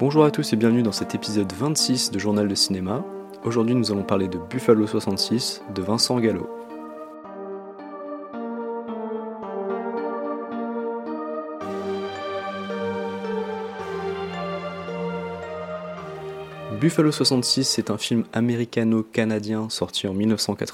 Bonjour à tous et bienvenue dans cet épisode 26 de Journal de Cinéma. Aujourd'hui nous allons parler de Buffalo 66 de Vincent Gallo. Buffalo 66 est un film américano-canadien sorti en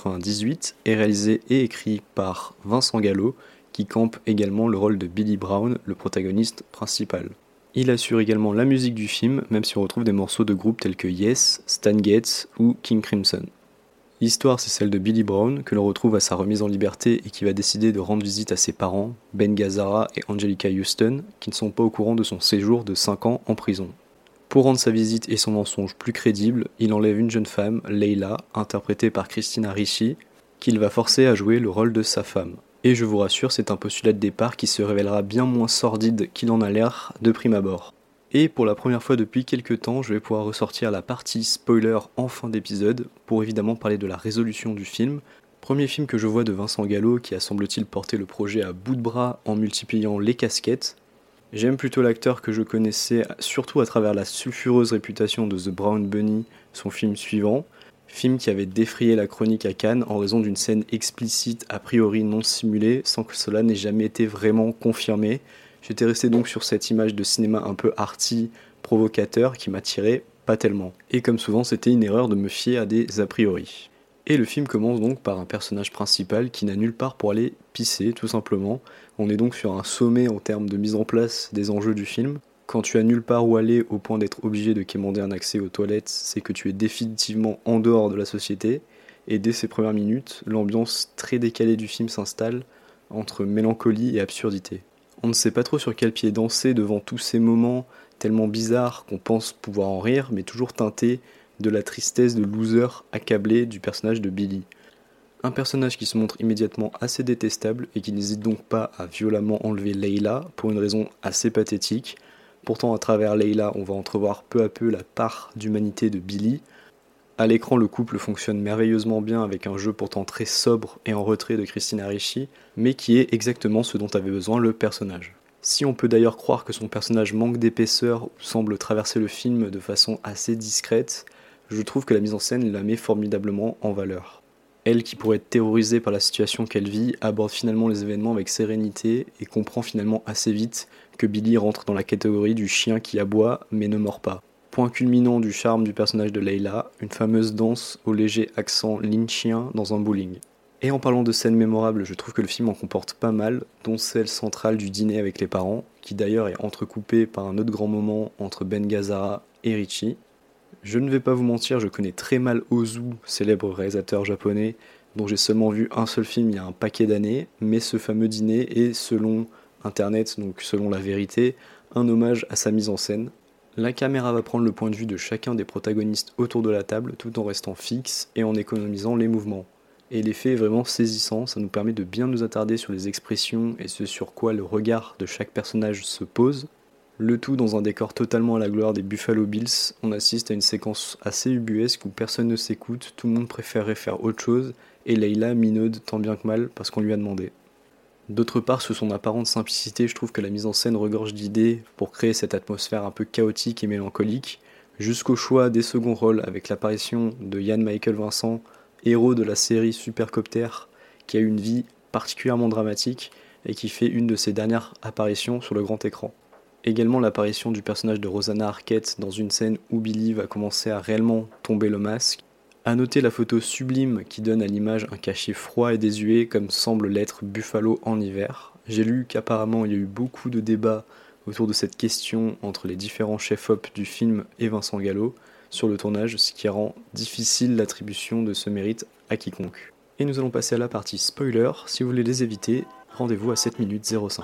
1998 et réalisé et écrit par Vincent Gallo qui campe également le rôle de Billy Brown, le protagoniste principal. Il assure également la musique du film, même si on retrouve des morceaux de groupes tels que Yes, Stan Getz ou King Crimson. L'histoire, c'est celle de Billy Brown, que l'on retrouve à sa remise en liberté et qui va décider de rendre visite à ses parents, Ben Gazzara et Angelica Houston, qui ne sont pas au courant de son séjour de 5 ans en prison. Pour rendre sa visite et son mensonge plus crédibles, il enlève une jeune femme, Leila, interprétée par Christina Ricci, qu'il va forcer à jouer le rôle de sa femme. Et je vous rassure, c'est un postulat de départ qui se révélera bien moins sordide qu'il en a l'air de prime abord. Et pour la première fois depuis quelques temps, je vais pouvoir ressortir la partie spoiler en fin d'épisode, pour évidemment parler de la résolution du film. Premier film que je vois de Vincent Gallo, qui a semble-t-il porté le projet à bout de bras en multipliant les casquettes. J'aime plutôt l'acteur que je connaissais surtout à travers la sulfureuse réputation de The Brown Bunny, son film suivant. Film qui avait défrayé la chronique à Cannes en raison d'une scène explicite a priori non simulée sans que cela n'ait jamais été vraiment confirmé. J'étais resté donc sur cette image de cinéma un peu arty, provocateur qui m'attirait pas tellement. Et comme souvent c'était une erreur de me fier à des a priori. Et le film commence donc par un personnage principal qui n'a nulle part pour aller pisser tout simplement. On est donc sur un sommet en termes de mise en place des enjeux du film. Quand tu as nulle part où aller au point d'être obligé de quémander un accès aux toilettes, c'est que tu es définitivement en dehors de la société. Et dès ces premières minutes, l'ambiance très décalée du film s'installe entre mélancolie et absurdité. On ne sait pas trop sur quel pied danser devant tous ces moments tellement bizarres qu'on pense pouvoir en rire, mais toujours teintés de la tristesse de loser accablé du personnage de Billy. Un personnage qui se montre immédiatement assez détestable et qui n'hésite donc pas à violemment enlever Leila pour une raison assez pathétique. Pourtant, à travers Leila, on va entrevoir peu à peu la part d'humanité de Billy. À l'écran, le couple fonctionne merveilleusement bien avec un jeu pourtant très sobre et en retrait de Christina Ricci, mais qui est exactement ce dont avait besoin le personnage. Si on peut d'ailleurs croire que son personnage manque d'épaisseur ou semble traverser le film de façon assez discrète, je trouve que la mise en scène la met formidablement en valeur. Elle, qui pourrait être terrorisée par la situation qu'elle vit, aborde finalement les événements avec sérénité et comprend finalement assez vite que Billy rentre dans la catégorie du chien qui aboie mais ne mord pas. Point culminant du charme du personnage de Leila, une fameuse danse au léger accent lynchien dans un bowling. Et en parlant de scènes mémorables, je trouve que le film en comporte pas mal, dont celle centrale du dîner avec les parents, qui d'ailleurs est entrecoupée par un autre grand moment entre Ben Gazzara et Ricci. Je ne vais pas vous mentir, je connais très mal Ozu, célèbre réalisateur japonais, dont j'ai seulement vu un seul film il y a un paquet d'années, mais ce fameux dîner est, selon Internet, donc selon la vérité, un hommage à sa mise en scène. La caméra va prendre le point de vue de chacun des protagonistes autour de la table, tout en restant fixe et en économisant les mouvements. Et l'effet est vraiment saisissant, ça nous permet de bien nous attarder sur les expressions et ce sur quoi le regard de chaque personnage se pose. Le tout dans un décor totalement à la gloire des Buffalo Bills. On assiste à une séquence assez ubuesque où personne ne s'écoute, tout le monde préférerait faire autre chose, et Leila minaude tant bien que mal parce qu'on lui a demandé. D'autre part, sous son apparente simplicité, je trouve que la mise en scène regorge d'idées pour créer cette atmosphère un peu chaotique et mélancolique, jusqu'au choix des seconds rôles avec l'apparition de Ian Michael Vincent, héros de la série Supercopter, qui a eu une vie particulièrement dramatique et qui fait une de ses dernières apparitions sur le grand écran. Également l'apparition du personnage de Rosanna Arquette dans une scène où Billy va commencer à réellement tomber le masque. A noter la photo sublime qui donne à l'image un cachet froid et désuet comme semble l'être Buffalo en hiver. J'ai lu qu'apparemment il y a eu beaucoup de débats autour de cette question entre les différents chefs-op du film et Vincent Gallo sur le tournage, ce qui rend difficile l'attribution de ce mérite à quiconque. Et nous allons passer à la partie spoiler. Si vous voulez les éviter, rendez-vous à 7 minutes 05.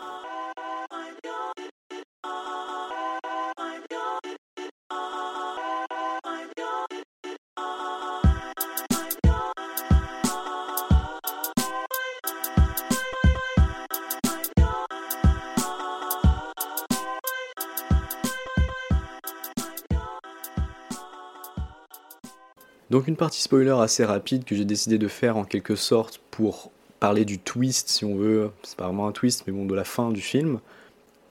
Donc une partie spoiler assez rapide que j'ai décidé de faire en quelque sorte pour parler du twist si on veut, c'est pas vraiment un twist mais bon de la fin du film.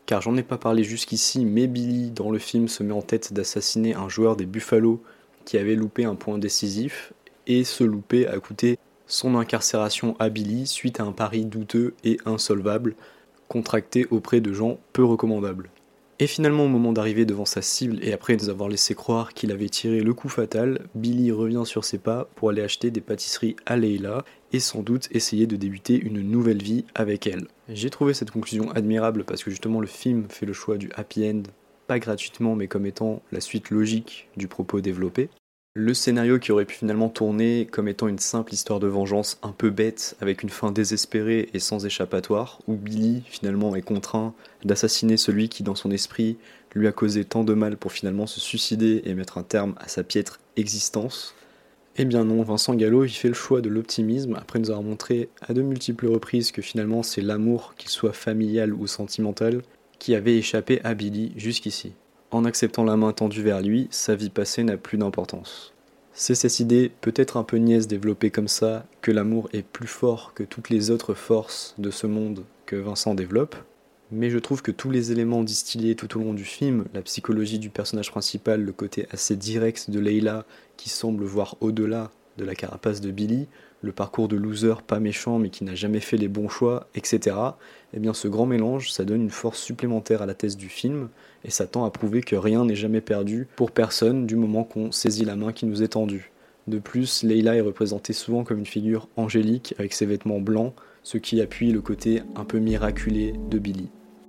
car j'en ai pas parlé jusqu'ici, mais Billy dans le film se met en tête d'assassiner un joueur des Buffalo qui avait loupé un point décisif, et ce loupé a coûté son incarcération à Billy suite à un pari douteux et insolvable, contracté auprès de gens peu recommandables. Et finalement, au moment d'arriver devant sa cible et après nous avoir laissé croire qu'il avait tiré le coup fatal, Billy revient sur ses pas pour aller acheter des pâtisseries à Leila et sans doute essayer de débuter une nouvelle vie avec elle. J'ai trouvé cette conclusion admirable parce que justement le film fait le choix du happy end, pas gratuitement mais comme étant la suite logique du propos développé. Le scénario qui aurait pu finalement tourner comme étant une simple histoire de vengeance un peu bête, avec une fin désespérée et sans échappatoire, où Billy finalement est contraint d'assassiner celui qui dans son esprit lui a causé tant de mal pour finalement se suicider et mettre un terme à sa piètre existence. Eh bien non, Vincent Gallo il fait le choix de l'optimisme après nous avoir montré à de multiples reprises que finalement c'est l'amour, qu'il soit familial ou sentimental, qui avait échappé à Billy jusqu'ici. En acceptant la main tendue vers lui, sa vie passée n'a plus d'importance. C'est cette idée, peut-être un peu niaise développée comme ça, que l'amour est plus fort que toutes les autres forces de ce monde que Vincent développe, mais je trouve que tous les éléments distillés tout au long du film, la psychologie du personnage principal, le côté assez direct de Leila qui semble voir au-delà de la carapace de Billy, le parcours de loser pas méchant mais qui n'a jamais fait les bons choix, etc. Eh bien ce grand mélange, ça donne une force supplémentaire à la thèse du film, et ça tend à prouver que rien n'est jamais perdu pour personne du moment qu'on saisit la main qui nous est tendue. De plus, Leila est représentée souvent comme une figure angélique avec ses vêtements blancs, ce qui appuie le côté un peu miraculé de Billy.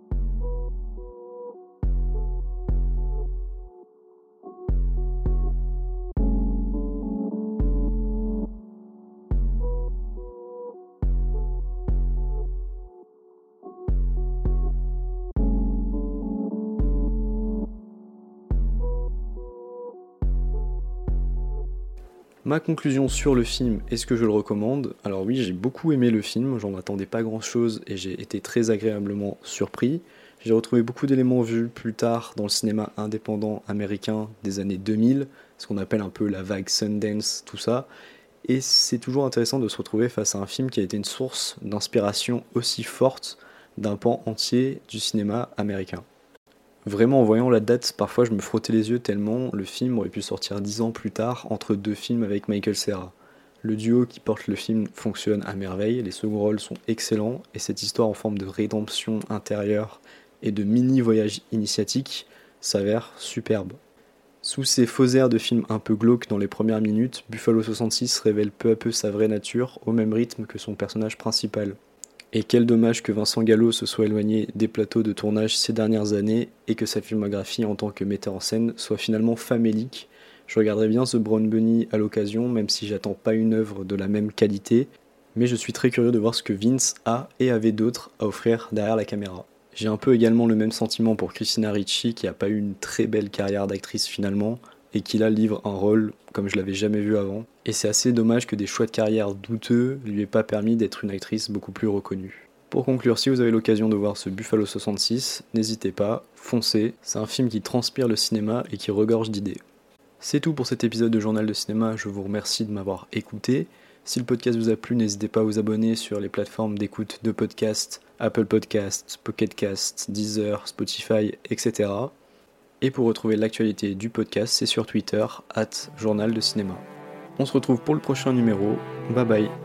Ma conclusion sur le film, est-ce que je le recommande ? Alors oui, j'ai beaucoup aimé le film, j'en attendais pas grand chose et j'ai été très agréablement surpris. J'ai retrouvé beaucoup d'éléments vus plus tard dans le cinéma indépendant américain des années 2000, ce qu'on appelle un peu la vague Sundance, tout ça. Et c'est toujours intéressant de se retrouver face à un film qui a été une source d'inspiration aussi forte d'un pan entier du cinéma américain. Vraiment, en voyant la date, parfois je me frottais les yeux tellement le film aurait pu sortir 10 ans plus tard entre deux films avec Michael Cera. Le duo qui porte le film fonctionne à merveille, les seconds rôles sont excellents et cette histoire en forme de rédemption intérieure et de mini-voyage initiatique s'avère superbe. Sous ces faux airs de film un peu glauques dans les premières minutes, Buffalo 66 révèle peu à peu sa vraie nature au même rythme que son personnage principal. Et quel dommage que Vincent Gallo se soit éloigné des plateaux de tournage ces dernières années et que sa filmographie en tant que metteur en scène soit finalement famélique. Je regarderai bien The Brown Bunny à l'occasion, même si j'attends pas une œuvre de la même qualité, mais je suis très curieux de voir ce que Vince a et avait d'autre à offrir derrière la caméra. J'ai un peu également le même sentiment pour Christina Ricci qui a pas eu une très belle carrière d'actrice finalement, et qui là livre un rôle comme je l'avais jamais vu avant. Et c'est assez dommage que des choix de carrière douteux lui aient pas permis d'être une actrice beaucoup plus reconnue. Pour conclure, si vous avez l'occasion de voir ce Buffalo 66, n'hésitez pas, foncez, c'est un film qui transpire le cinéma et qui regorge d'idées. C'est tout pour cet épisode de Journal de Cinéma, je vous remercie de m'avoir écouté. Si le podcast vous a plu, n'hésitez pas à vous abonner sur les plateformes d'écoute de podcasts, Apple Podcasts, Pocket Casts, Deezer, Spotify, etc. Et pour retrouver l'actualité du podcast, c'est sur Twitter, @journal de cinéma. On se retrouve pour le prochain numéro. Bye bye.